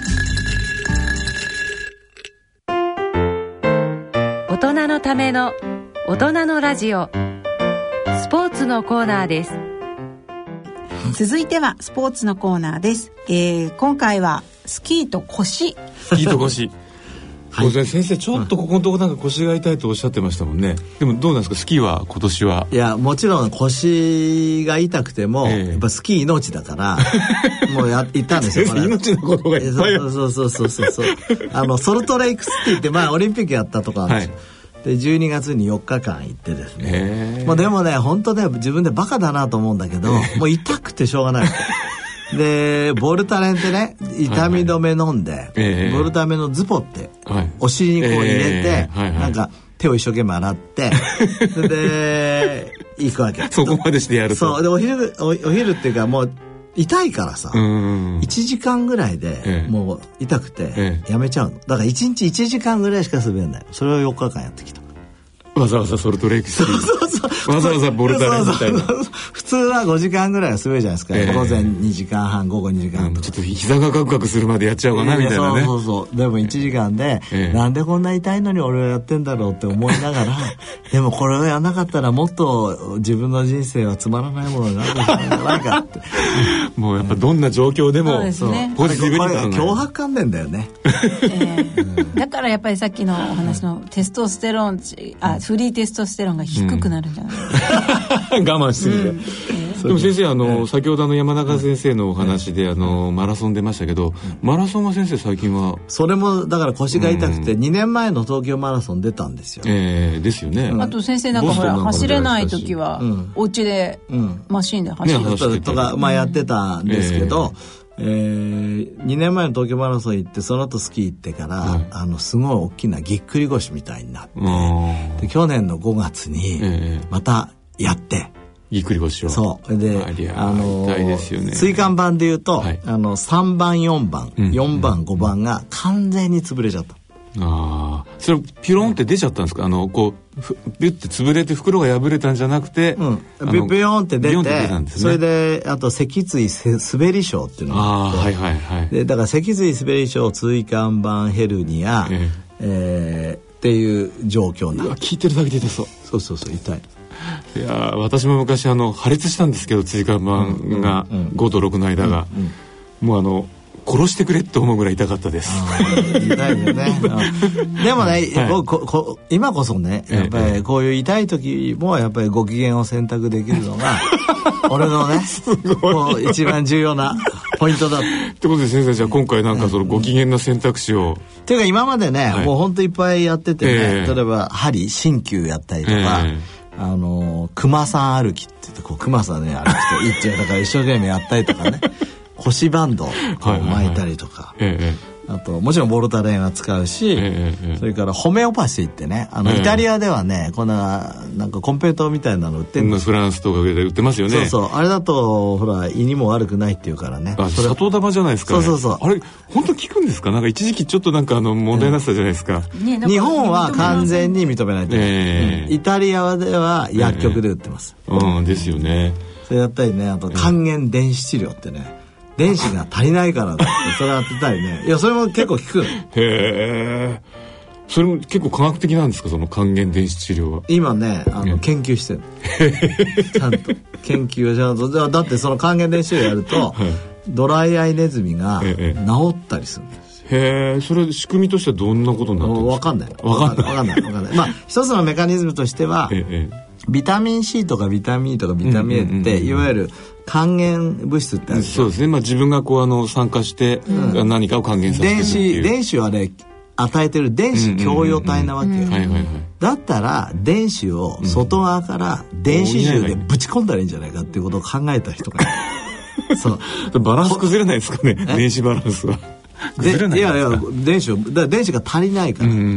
S1: 大人のための大人のラジオ、スポーツのコーナーです。
S4: 続いてはスポーツのコーナーです。えー、今回はスキーと腰。
S3: スキーと腰。はい、先生ちょっとここのところなんか腰が痛いとおっしゃってましたもんね。でもどうなんですか、スキーは今年は。
S2: いやもちろん腰が痛くても、えー、やっぱスキー命だからもうや行ったんですよ。
S3: 先生命のことがいっぱいある。
S2: そうそうそうそうそうあのソルトレイクシティってまあオリンピックやったとこあるんですよ。はい、でじゅうにがつによっかかん行ってですね、まあ、でもね本当ね自分でバカだなと思うんだけど、もう痛くてしょうがないでボルタレンってね痛み止め飲んで、はいはい、ボルタレンのズポって、はい、お尻にこう入れて、はいはい、なんか手を一生懸命洗ってで行くわけ。
S3: そこまでしてやると。
S2: そうでお昼 お, お昼っていうかもう痛いからさ、いちじかんぐらいでもう痛くてやめちゃうの。だからいちにちいちじかんぐらいしか滑れない。それをよっかかんやってきた。
S3: わざわざソルトレイクシティ、そうそうそう、わざわざボルタレンみたいな。
S2: 普通はごじかんぐらいは滑るじゃないですか、えー、午前にじかんはん午後にじかんとか、うん、
S3: ちょっと膝がカクカクするまでやっちゃおうかなみたいなね。
S2: そうそうそう。でもいちじかんで、えー、なんでこんな痛いのに俺はやってんだろうって思いながらでもこれをやらなかったらもっと自分の人生はつまらないものになるんじゃないかって
S3: もうやっぱどんな状況でも、うん、そうですね、ポジティブに考える。
S2: 強迫観念だよね、え
S4: ー、だからやっぱりさっきのお話のテストステロンあフリーテストステロンが低くなるんじゃないですか、
S3: うん、我慢しすぎて、うんえー、でも先生あの、えー、先ほどの山中先生のお話で、うん、あのマラソン出ましたけど、うん、マラソンは先生最近は
S2: それもだから腰が痛くて、うん、にねんまえの東京マラソン出たんですよ、
S3: えー、ですよね、うん、
S4: あと先生なんかほら走れない時は、うん、お家で、うん、マシンで走る、
S2: ね、とか、まあ、やってたんですけど、えーえー、にねんまえの東京マラソン行ってその後スキー行ってから、うん、あのすごい大きなぎっくり腰みたいになって、で去年のごがつにまたやって、えー、
S3: ぎっくり腰を
S2: そうで、あの
S3: 痛いですよね。
S2: 椎間板でいうと、はい、あのさんばんよんばん、うん、よんばんごばんが完全に潰れちゃった。
S3: ああ、それピロンって出ちゃったんですか。あのこうビュッて潰れて袋が破れたんじゃなくて、
S2: うん、ビュビヨンって出て、出たんですね、それであと脊椎滑り症っていうのがあって、あ、はいはいはい、でだから脊椎滑り症、椎間板ヘルニア、えええー、っていう状況なの。
S3: 聞いてるだけで痛そう。
S2: そうそうそう、痛い。
S3: いや私も昔あの破裂したんですけど、椎間板がごとろくの間が、うんうんうん、もうあの殺してくれって思うぐらい痛かったです。
S2: 痛いよね。でもね、はい、こここ今こそね、やっぱりこういう痛い時もやっぱりご機嫌を選択できるのが俺のねもう一番重要なポイントだ
S3: ってことで、先生じゃあ今回なんかそのご機嫌な選択肢を、
S2: っていうか今までね、はい、もうほんといっぱいやっててね、えー、例えば針鍼灸やったりとか、えーあの熊さん歩きって言ってこう熊さんね歩くといいっていうだから一生懸命やったりとかね腰バンドを巻いたりとか、はいはいはい、ええ、あともちろんボルタレンは使うし、ええ、それからホメオパシーってね、あの、ええ、イタリアではねこんななんかコンペイトーみたいなの売ってるんです。
S3: フランスとかで売ってますよね。
S2: そうそう、あれだとほら胃にも悪くないっていうからね。
S3: あ、砂糖玉じゃないですか、ね、
S2: そうそうそう。
S3: あれ本当効くんですか。なんか一時期ちょっとなんかあの問題になってたじゃないですか、
S2: うんね、日本は完全に認めないと、えー、イタリアでは薬局で売ってます、
S3: えー、うんですよね。
S2: それやったりね、あと還元電子治療ってね、電子が足りないからだってそれやってたりね。いやそれも結構効く。へ
S3: え。それも結構科学的なんですか、その還元電子治療は。
S2: 今ねあの研究してるちゃんと研究をちゃんと。だってその還元電子治療やると、はい、ドライアイネズミが治ったりするんですよ。
S3: へえ、それ仕組みとしてはどんなことになってるんですか？
S2: 分かんない
S3: 分かんない
S2: 分かんない分かんないまあ一つのメカニズムとしては、ええ、ビタミン C とかビタミン E とかビタミン A って、うんうんうんうん、いわゆる還元物質ってある。
S3: そうですね、まあ、自分がこうあの酸化して、うん、何かを還元させてるっていう。
S2: 電子電子はね与えてる電子共用体なわけよ。だったら電子を外側から電子銃でぶち込んだらいいんじゃないかっていうことを考えた人が
S3: そうバランス崩れないですかね、電子バランスは。崩れないんですか？いやいや
S2: 電子をだから電子が足りないから。うんうん、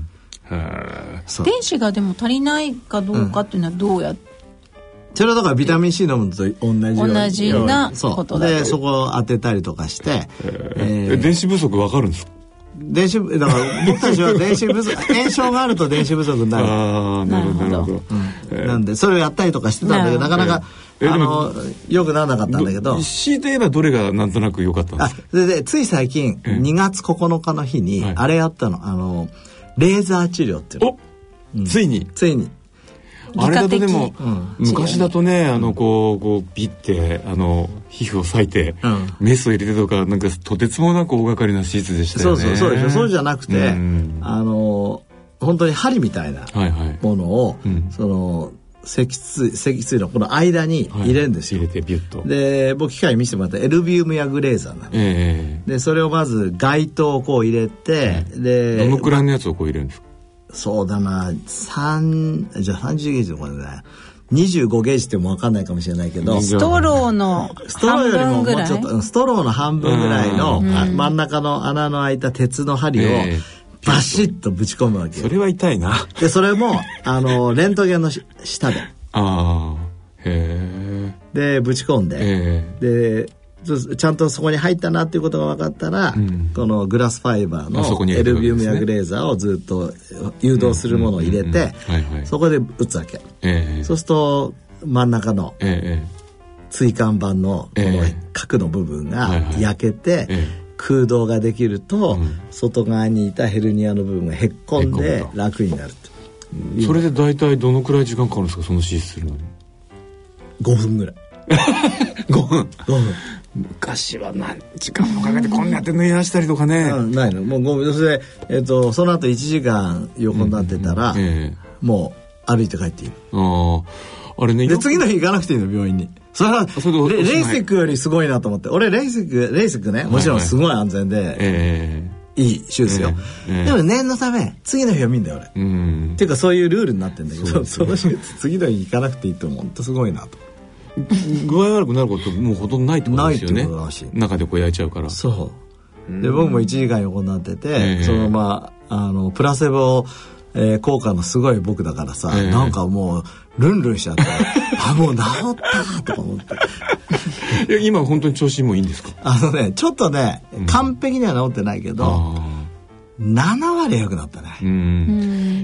S4: 電子がでも足りないかどうかっていうのはどうやって、うん、
S2: それはだからビタミン C 飲むのと同じように
S4: 同じなことだと。
S2: でそこを当てたりとかして、
S3: えー、電子不足わかるんですか？
S2: 電子だから僕たちは電子不足炎症があると電子不足になる。
S3: ああ、なるほどなるほど、
S2: うん、なんでそれをやったりとかしてたんだけどなかなか、えー、あのよくならなかったんだけど、
S3: 強いて言えばどれがなんとなく良かったんですか？
S2: あででつい最近、えー、にがつここのかの日に、はい、あれやったの、あのレーザー治療っていうの。
S3: お、うん、ついに
S2: ついに
S3: あれだとでも、うん、昔だとね、あのこうこうピッてあの皮膚を裂いて、うん、メスを入れてとかなんかとてつもなく大掛かりな手術でしたよね。
S2: そうそうそうでしょ。そうじゃなくて、うん、あの本当に針みたいなものを、はいはい、うん、その脊椎脊椎のこの間に入れるんですよ。
S3: はい、入れてビュッと。
S2: で僕機械見せてもらったエルビウムやグレーザーなの、えー、でそれをまず街灯をこう入れて、うん、で
S3: どのくらいのやつをこう入れるんですか？
S2: そうだな、三じゃあさんじゅうゲージのこれね、にじゅうごゲージっても分かんないかもしれないけど、
S4: ストローの
S2: ストローよりももうちょっとストローの半分ぐらいの、うん、真ん中の穴の開いた鉄の針をバシッとぶち込むわけよ。
S3: それは痛いな。
S2: でそれもあのレントゲンの下で、
S3: あー、へ
S2: ーでぶち込んで、でちゃんとそこに入ったなっていうことが分かったら、うん、このグラスファイバーのエルビウムやグレーザーをずっと誘導するものを入れてそこで打つわけ、えー、そうすると真ん中の椎間板のこの核の部分が焼けて空洞ができると外側にいたヘルニアの部分がへっこんで楽になる
S3: と。それで大体どのくらい時間かかるんですか、その手術するのに？
S2: ごふんぐらい。
S3: ごふん
S2: ごふん。
S3: 昔は何時間もかけてこんなやって縫い合わせたりとかね、
S2: うん、ないの。もうごめん、それで、えー、とその後いちじかん横になってたら、うんえー、もう歩いて帰っていい。
S3: ああれね。
S2: で次の日行かなくていいの、病院に。それはそれレ、レーセックよりすごいなと思って。俺レーセックレーセックね、もちろんすごい安全で、はいはい、えー、いい手術よ、えーえー、でも念のため次の日は見んだよ俺、うん、っていうかそういうルールになってんだけど、そ, その手術次の日行かなくていいと本当すごいなと。
S3: 具合悪くなることもうほとんどないってことですよね。ないってことらしい。中でこう焼いちゃうから。
S2: そうで僕もいちじかん横になってて、えー、そのまああのプラセボ、えー、効果のすごい僕だからさ、えー、なんかもうルンルンしちゃってあもう治ったとか思って
S3: いや今本当に調子もいいんですか？
S2: あのねちょっとね、うん、完璧には治ってないけどななわり良くなったね。うん、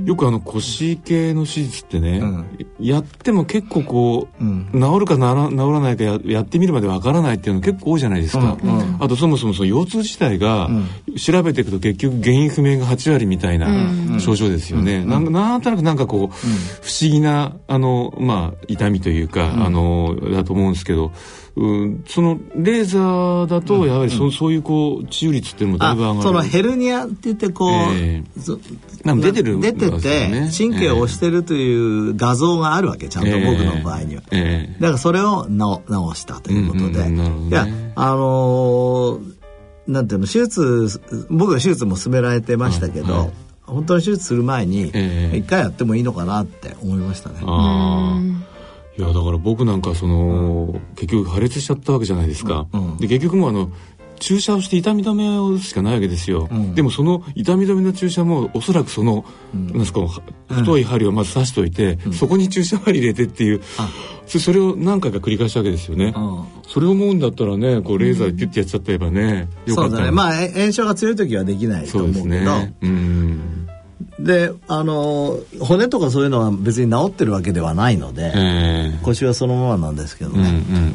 S3: よくあの腰系の手術ってね、うん、やっても結構こう、うん、治るかなら治らないか や, やってみるまでわからないっていうの結構多いじゃないですか、うんうん、あとそもそもその腰痛自体が、うん、調べていくと結局原因不明がはちわりみたいな症状ですよね、うんうん、なんなんとなくなんかこう、うん、不思議なあの、まあ、痛みというか、うん、あのだと思うんですけど、うん、そのレーザーだとやはり そ,、うん、そういうこう治癒率っていうのもだいぶ上がる。
S2: そのヘルニアって言ってこう、えー、
S3: なんか出てる、
S2: 出てて神経を押してるという画像があるわけちゃんと僕の場合には、えー、だからそれを直したということで、うんうん、ね、いやあのー、なんていうの手術僕は手術も勧められてましたけど、はいはい、本当に手術する前に一回やってもいいのかなって思いましたね。
S3: あいやだから僕なんかその、うん、結局破裂しちゃったわけじゃないですか、うんうん、で結局もうあの注射をして痛み止めを打つしかないわけですよ、うん、でもその痛み止めの注射もおそらくその、うん、なんですか太い針をまず刺しといて、うん、そこに注射針入れてっていう、うん、それを何回か繰り返したわけですよね、うん、それを思うんだったらねこうレーザーピュッてやっちゃってればね、
S2: うん、よかった。そうだね、まあ炎症が強い時はできないと思うけど、そうですね、うんであの骨とかそういうのは別に治ってるわけではないので、えー、腰はそのままなんですけどね、うんうんうん、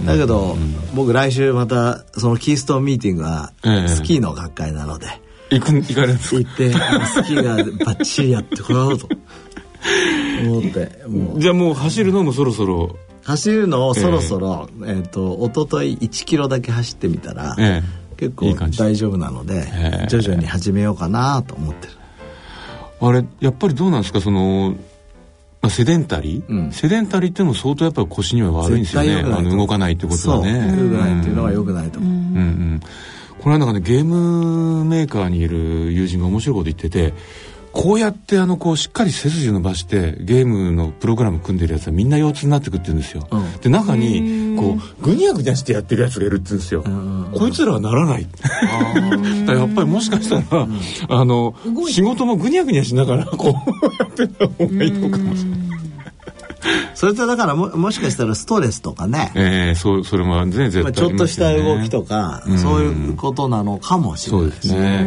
S2: だけど僕来週またそのキーストーンミーティングはスキーの学会なので、
S3: えー、行く行かれるんですか？
S2: 行ってスキーがバッチリやってこようと思って
S3: もうじゃあもう走るのもそろそろ
S2: 走るのをそろそろ、えーえー、と一昨日いちキロだけ走ってみたら、えー結構大丈夫なので徐々に始めようかなと思ってる。
S3: あれやっぱりどうなんですか、そのまあ、セデンタリー、うん、セデンタリーってのも相当やっぱり腰には悪いんですよね。あの動かないってことはね。
S2: そう動かないっていうのは良くないと思う。うんうん、
S3: これはなんかねゲームメーカーにいる友人が面白いこと言ってて、こうやってあのこうしっかり背筋伸ばしてゲームのプログラム組んでるやつはみんな腰痛になってくって言うんですよ。うん、で中にこうグニャグニャしてやってるやつがいるって言うんですよ。こいつらはならない。だからやっぱりもしかしたら、うん、あの仕事もグニャグニャしながらこうやってた方がいいのかもしれない。
S2: それとだから も, もしかしたらストレスとかね、
S3: えー、そ, それも、ね、絶対ありますよね。
S2: ちょっとした動きとか、うん、そういうことなのかもしれないですね。そうですね、うん、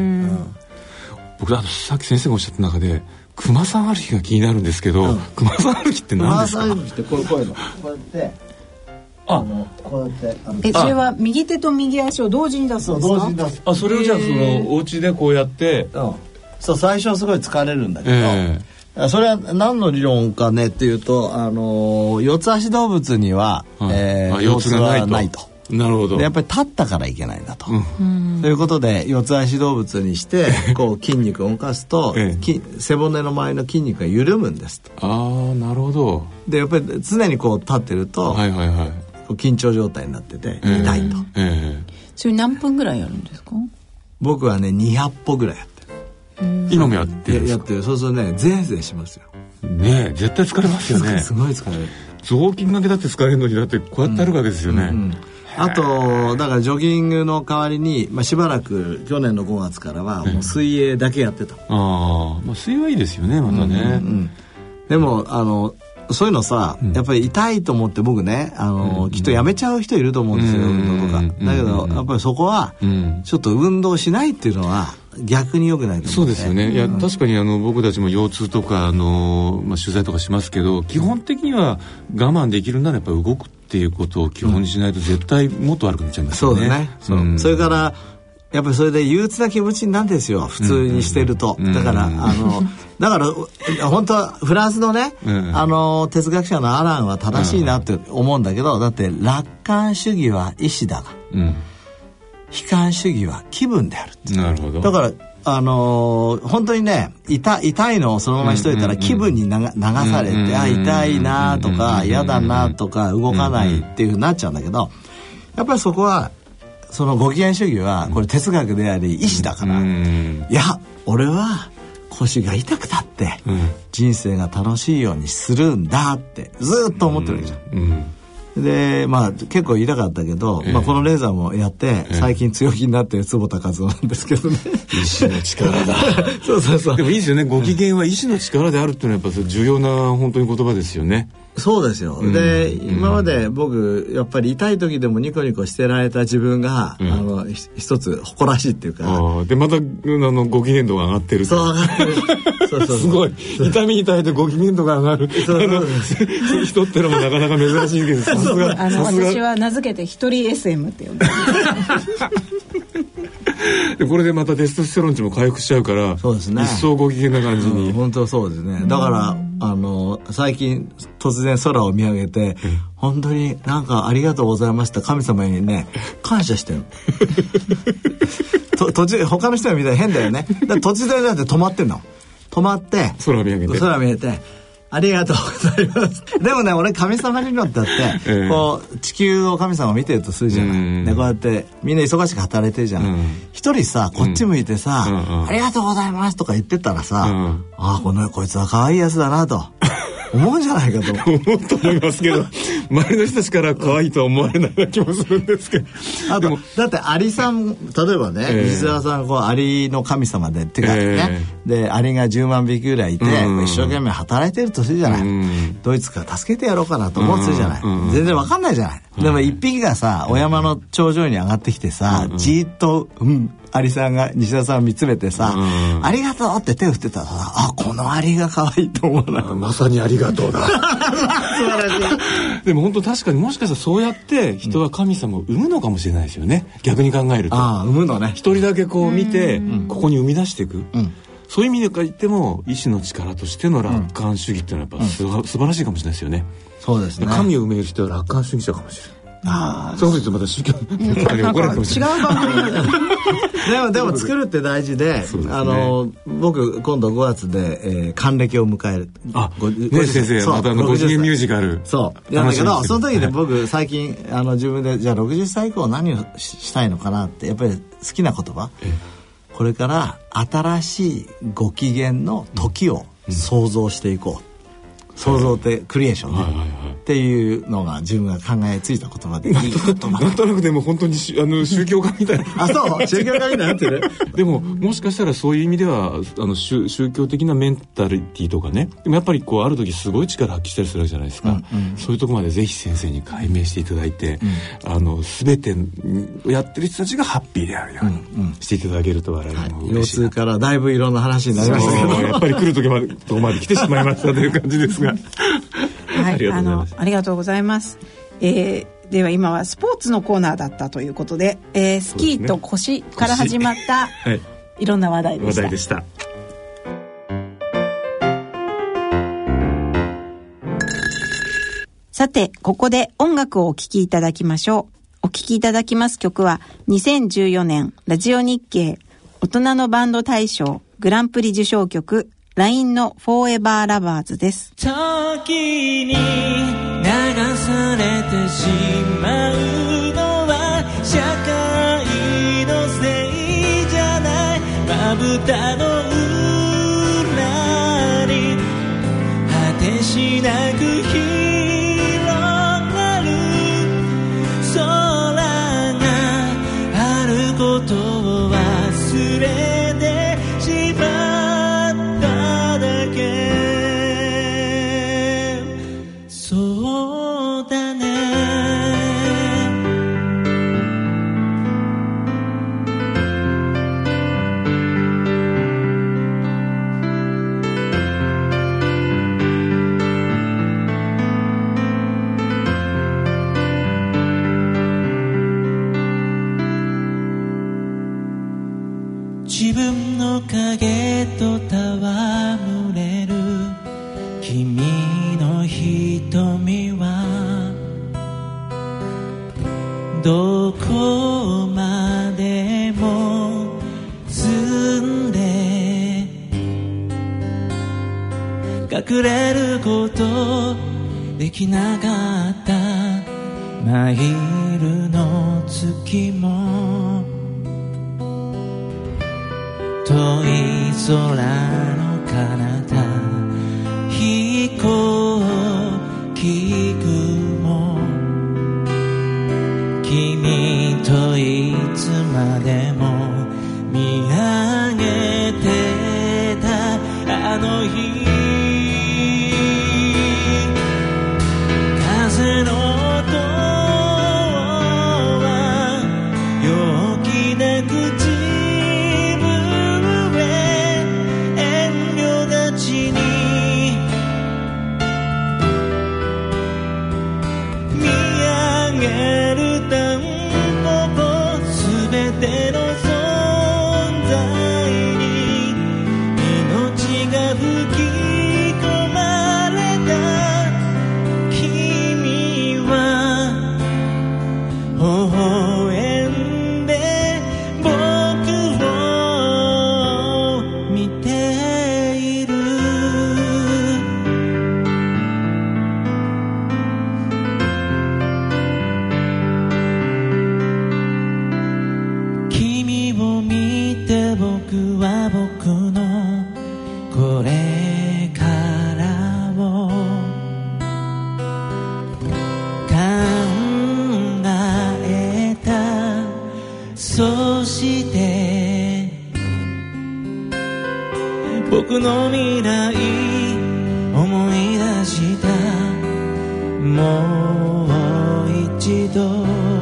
S3: 僕あとさっき先生がおっしゃった中で熊さん歩きが気になるんですけど、うん、熊さん歩きって何ですか？
S2: 熊さん歩きってこういうのこうやってああのこうやってあの
S4: えそれは右手と右足を同時に出すんですか？
S2: 同時に出す。
S3: あそれをじゃあそのお家でこうやって、うん、
S2: そう最初はすごい疲れるんだけど、えー、それは何の理論かねっていうと、あの四つ足動物には、はいえー、腰痛がないと。ないと
S3: なるほど。
S2: でやっぱり立ったからいけないんだと、うん、ということで四つ足動物にしてこう筋肉を動かすと、ええ、背骨の周りの筋肉が緩むんですと。
S3: ああなるほど。
S2: でやっぱり常にこう立ってると、はいはいはい、緊張状態になってて痛いと、え
S4: ええ、それ何分ぐらいやるんですか？
S2: 僕はねにひゃっぽぐらいやってる。
S3: 今もやってるんですか？
S2: やってる。そうするとねゼーゼーしますよ
S3: ね。え絶対疲れますよね。
S2: すごい疲れる。
S3: 雑巾がけだって疲れるのにだってこうやってあるわけですよね、うんうんうん。
S2: あとだからジョギングの代わりに、まあ、しばらく去年のごがつからはもう水泳だけやってた。
S3: あ、まあ、水泳はいいですよねまたね、うんうんうん、
S2: でもあのそういうのさ、うん、やっぱり痛いと思って僕ねあの、うん、きっとやめちゃう人いると思うんですよ、うん、運動とか、うん、だけどやっぱりそこはちょっと運動しないっていうのは逆に良くないと思う、ね、
S3: そうですよね。いや確かにあの僕たちも腰痛とかあの、まあ、取材とかしますけど基本的には我慢できるならやっぱり動くっていうことを基本にしないと絶対もっと悪くなっちゃいますよね。
S2: そうだね。そう、うん、それからやっぱりそれで憂鬱な気持ちになるんですよ普通にしてると、うんうんうん、だからあのだから本当はフランスのね、うん、あの哲学者のアランは正しいなって思うんだけど、うん、だって楽観主義は意志だが、うん、悲観主義は気分であるって。
S3: なるほど。
S2: だからあのー、本当にね 痛, 痛いのをそのまましといたら気分になが流されて、うんうんうん、あ痛いなとか嫌だなとか動かないっていうふうになっちゃうんだけど、やっぱりそこはそのご機嫌主義はこれ哲学であり意志だから、うん、いや俺は腰が痛くたって人生が楽しいようにするんだってずっと思ってるわけじゃん、うんうんでまあ結構痛かったけど、えーまあ、このレーザーもやって、えー、最近強気になって坪田和夫なんですけどね。
S3: 意志の力だ
S2: そうそうそう。
S3: でもいいですよね。ご機嫌は意志の力であるっていうのはやっぱ重要な本当に言葉ですよね。
S2: そうですよ。で、うん、今まで僕やっぱり痛い時でもニコニコしてられた自分が、うん、あの一つ誇らしいっていうか。
S3: あでまたあのご機嫌度が上がってる。
S2: そう上がってる。そうそうそう
S3: すごい痛みに耐えてご機嫌度が上がる。そうそうそう人ってのもなかなか珍しいけどさすが。
S4: あの私は名付けて一人 エスエム って呼んで
S3: でこれでまたテストステロン値も回復しちゃうから
S2: そうですね
S3: 一層ご機嫌な感じに、
S2: うん、本当そうですね。だからあの最近突然空を見上げて、うん、本当になんかありがとうございました神様にね感謝してると途中他の人が見たら変だよね。だから途中でだって止まってんの止まって
S3: 空見上げて
S2: 空見上げてありがとうございますでもね俺神様理論だって、えー、こう地球を神様見てるとするじゃない、うん、でこうやってみんな忙しく働いてるじゃない、うん、一人さこっち向いてさ、うん、ありがとうございますとか言ってたらさ、うん、あこのこいつは可愛いやつだなと思うんじゃないかと
S3: 思うと思いますけど周りの人たちから可愛いとは思われないような気もするんですけど
S2: あとだってアリさん例えばね、えー、水沢さんこうアリの神様でっていうかね、えー、でアリがじゅうまんびきぐらいいて、うん、一生懸命働いてるとするじゃない、うん、ドイツから助けてやろうかなと思うとするじゃない、うん、全然わかんないじゃない、うん、でも一匹がさお山の頂上に上がってきてさ、うん、じーっと、うんアリさんが西田さんを見つめてさ、うん、ありがとうって手を振ってたらさあこのアリが可愛いと思うな
S3: まさにありがとうだ素晴らしいでも本当確かにもしかしたらそうやって人は神様を生むのかもしれないですよね、うん、逆に考えると
S2: あ生むのね
S3: 一人だけこう見てここに生み出していく、うん、そういう意味で言っても意志の力としての楽観主義っていうのはやっぱす、うん、素晴らしいかもしれないですよね。
S2: そうですね。
S3: 神を埋める人は楽観主義者かもしれない。 ああ、そうするとまた宗教の方に怒られるかもしれない。
S4: 違う番組
S2: でもでも作るって大事で、でね、あの僕今度ごがつで、えー、還暦を迎える。
S3: あ、ね先生、またあのご次元ミュージカル。
S2: そうなんだけど、その時で僕最近あの自分でじゃあろくじゅっさい以降何を し, したいのかなってやっぱり好きな言葉。これから新しいご機嫌の時を想像していこう。うん、創造ってクリエーションね、はいはいはい、っていうのが自分が考えついた言葉でいい言葉。
S3: なんとなくでも本当にあの宗教家みたいな
S2: あ、そう宗教家みたいになってる
S3: でももしかしたらそういう意味ではあの 宗, 宗教的なメンタリティとかね、でもやっぱりこうある時すごい力発揮したりするわけじゃないですか、うんうん、そういうところまでぜひ先生に解明していただいて、うん、あの全てやってる人たちがハッピーであるようにしていただけると我々も嬉しい、
S2: はい、腰痛からだいぶいろんな話になりましたけど
S3: やっぱり来る時までとこまで来てしまいましたという感じですが
S4: はい、あのありがとうございます、えー、では今はスポーツのコーナーだったということで、えー、スキーと腰から始まった、はい、いろんな話題でした。話題でした。さてここで音楽をお聴きいただきましょう。お聴きいただきます曲はにせんじゅうよねんラジオ日経大人のバンド大賞グランプリ受賞曲ライン のフォーエバーラバーズです。
S7: 時に流されてしまうのは社会のせいじゃない。まぶたの裏に果てしなく広がる空があることを忘れてしまう。そうだね。自分の影と戯れる君の瞳はどこまでも澄んで隠れることできなかった真昼の月も遠い空の彼方飛行機雲君といつまでも見上げてたあの日風の音は陽気な口僕の未来思い出したもう一度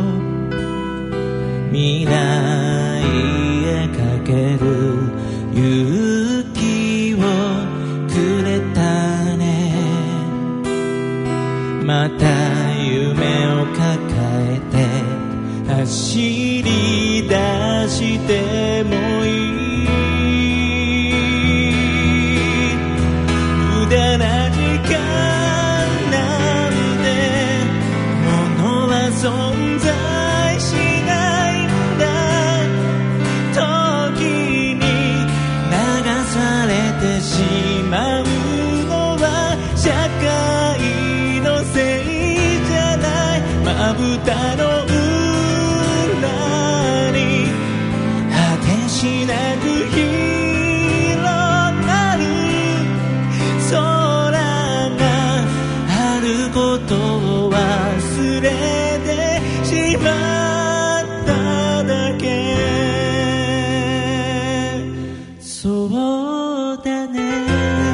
S7: 未来へかける勇気をくれたね。また夢を抱えて走り出してもいい。無駄な時間なんてものはそうたの裏に果てしなく広がる空があることを忘れてしまっただけ。そうだね。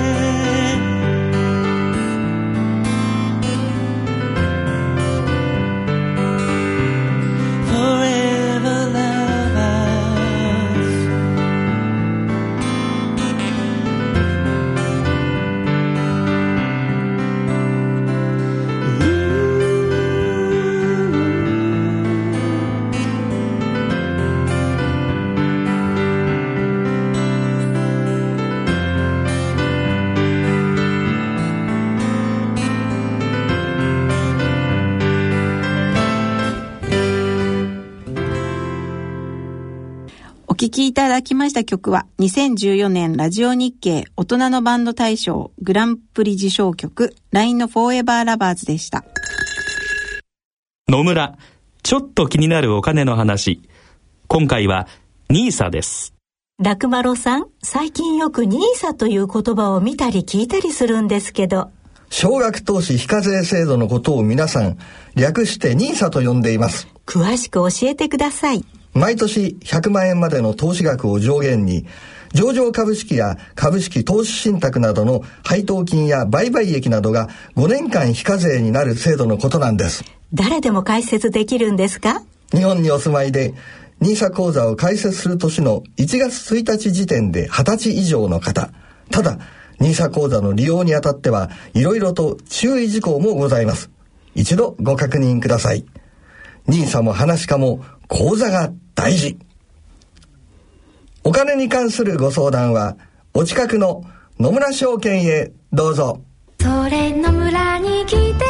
S4: お聴きいただきました曲はにせんじゅうよねんラジオ日経大人のバンド大賞グランプリ受賞曲 ライン のフォーエバーラバーズでした。
S8: 野村、ちょっと気になるお金の話。今回は ニーサ です。
S9: 楽丸さん、最近よく ニーサ という言葉を見たり聞いたりするんですけど、
S10: 少額投資非課税制度のことを皆さん略して ニーサ と呼んでいます。
S9: 詳しく教えてください。
S10: 毎年ひゃくまんえんまでの投資額を上限に、上場株式や株式投資信託などの配当金や売買益などがごねんかん非課税になる制度のことなんです。
S9: 誰でも開設できるんですか？
S10: 日本にお住まいで ニーサ 口座を開設する年のいちがつついたち時点ではたち以上の方、ただ ニーサ 口座の利用にあたってはいろいろと注意事項もございます。一度ご確認ください。ニーサ も話かも口座が大事。お金に関するご相談はお近くの野村証券へどうぞ。
S6: それ野村に来てみよ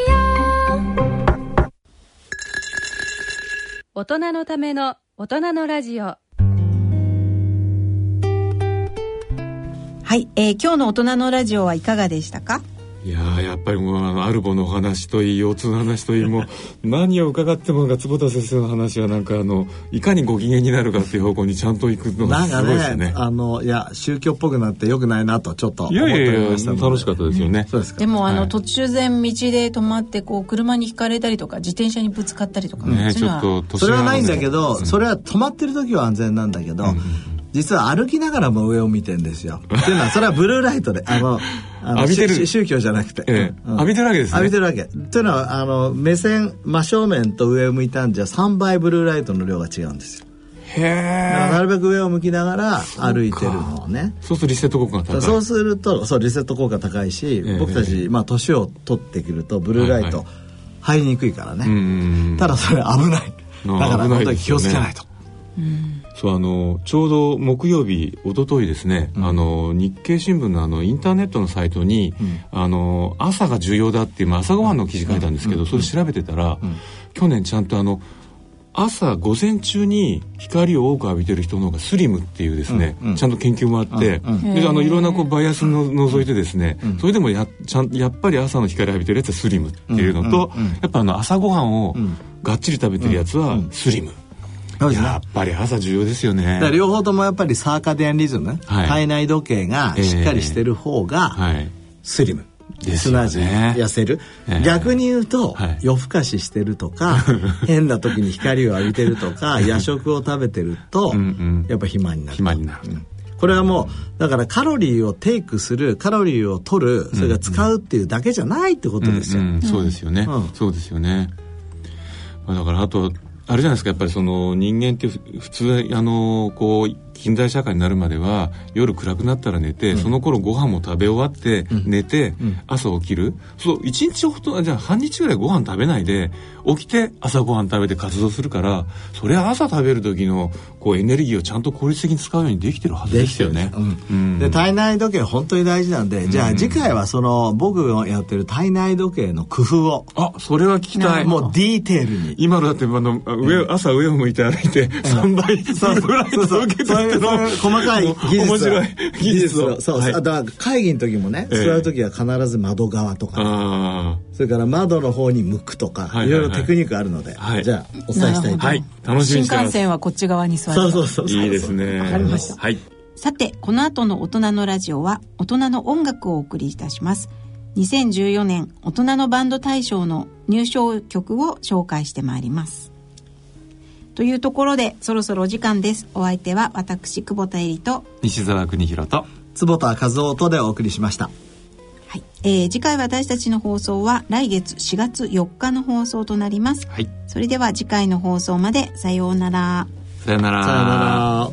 S6: う。
S1: 大人のための大人のラジオ。
S4: はい、えー、今日の大人のラジオはいかがでしたか？
S3: いやー、やっぱりもうあのアルボの話といい、腰痛の話といい、もう何を伺っても坪田先生の話はなんかあのいかにご機嫌になるかっていう方向にちゃんと行くのがすごいですよね。
S2: なんかね、あのいや宗教っぽくなってよくないなとちょっと思っておりましたので。
S3: いやいや楽しかったですよね。
S2: うん、そうですか。
S4: でもあの、
S3: はい、
S4: 突然道で止まってこう車にひかれたりとか自転車にぶつかったりとか、
S3: ね、ちょっと
S2: それはないんだけど、うん、それは止まってる時は安全なんだけど、うん、実は歩きながらも上を見てんですよ。っていうのはそれはブルーライトであのあの浴びてる宗教じゃなくて、
S3: ええうん、浴びてるわけですね。
S2: 浴びてるわけというのはあの目線真正面と上を向いたんじゃさんばいブルーライトの量が違うんですよ。
S3: へえ。
S2: なるべく上を向きながら歩いてるのをね。
S3: そうするとリセット効果が高い。
S2: そうするとそうリセット効果高いし、ええ、僕たちまあ年を取ってくるとブルーライト入りにくいからね。はいはい、ただそれ危ない。だから本当に気をつけないと。
S3: うんそうあのちょうど木曜日一昨日ですね、うん、あの日経新聞のあのインターネットのサイトに、うん、あの朝が重要だっていう、まあ、朝ごはんの記事書いたんですけど、うん、それ調べてたら、うん、去年ちゃんとあの朝午前中に光を多く浴びてる人の方がスリムっていうですね、うんうん、ちゃんと研究もあって、うんうん、であのいろんなこうバイアスの除いてですね、うん、それでも や, ちゃんやっぱり朝の光浴びてるやつはスリムっていうのと、うんうんうん、やっぱあの朝ごはんをがっちり食べてるやつはスリム、うんうんやっぱり朝重要ですよね。
S2: だから両方ともやっぱりサーカディアンリズム、はい、体内時計がしっかりしてる方がスリム、えーはい、すなわち痩せる、えー、逆に言うと、はい、夜更かししてるとか変な時に光を浴びてるとか夜食を食べてるとうん、うん、やっぱ肥満になる
S3: 肥満になる、うん、
S2: これはもうだからカロリーをテイクするカロリーを取るそれから使うっていうだけじゃないってことですよ、
S3: うんうん、そうですよね、うん、そうですよね。だからあとあれじゃないですか、やっぱりその人間って普通あのこう近代社会になるまでは夜暗くなったら寝て、うん、その頃ご飯も食べ終わって寝て、うん、朝起きる、そう一日ほどじゃあ半日ぐらいご飯食べないで起きて朝ご飯食べて活動するから、それは朝食べる時のこうエネルギーをちゃんと効率的に使うようにできてるはずですよね。
S2: うんうん、で体内時計本当に大事なんで、うん、じゃあ次回はその僕がやってる体内時計の工夫を、
S3: あそれは聞きたい。
S2: もうディーテールに
S3: 今のだってあの上、うん、朝上を向いて歩いてさんばいぐらい続けてる
S2: 細かい技術
S3: 面白い技術を
S2: そう、はい、だから会議の時もね、座る時は必ず窓側とか、ね、
S3: あ
S2: それから窓の方に向くとか、はいはいはい、いろいろテクニックあるので、はい、じゃあお伝えしたいと思います。はい、
S4: 楽しみにしてます。新幹線はこっち側に座る。
S2: そうそうそうそう。
S3: いいですね。
S4: わかりました。
S3: はい。
S4: さて、この後の大人のラジオは大人の音楽をお送りいたします。にせんじゅうよねん大人のバンド大賞の入賞曲を紹介してまいります。というところでそろそろお時間です。お相手は私久保田恵里と
S3: 西澤邦弘と
S2: 坪田和夫とでお送りしました。
S4: はい、えー、次回私たちの放送は来月しがつよっかの放送となります。はい、それでは次回の放送までさようなら。
S3: さようなら。
S2: さようなら。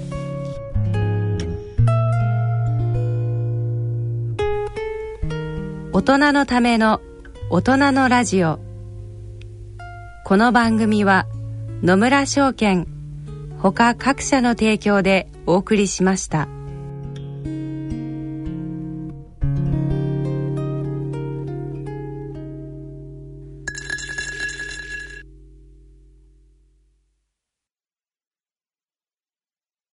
S1: 大人のための大人のラジオ。この番組は野村証券ほか各社の提供でお送りしました。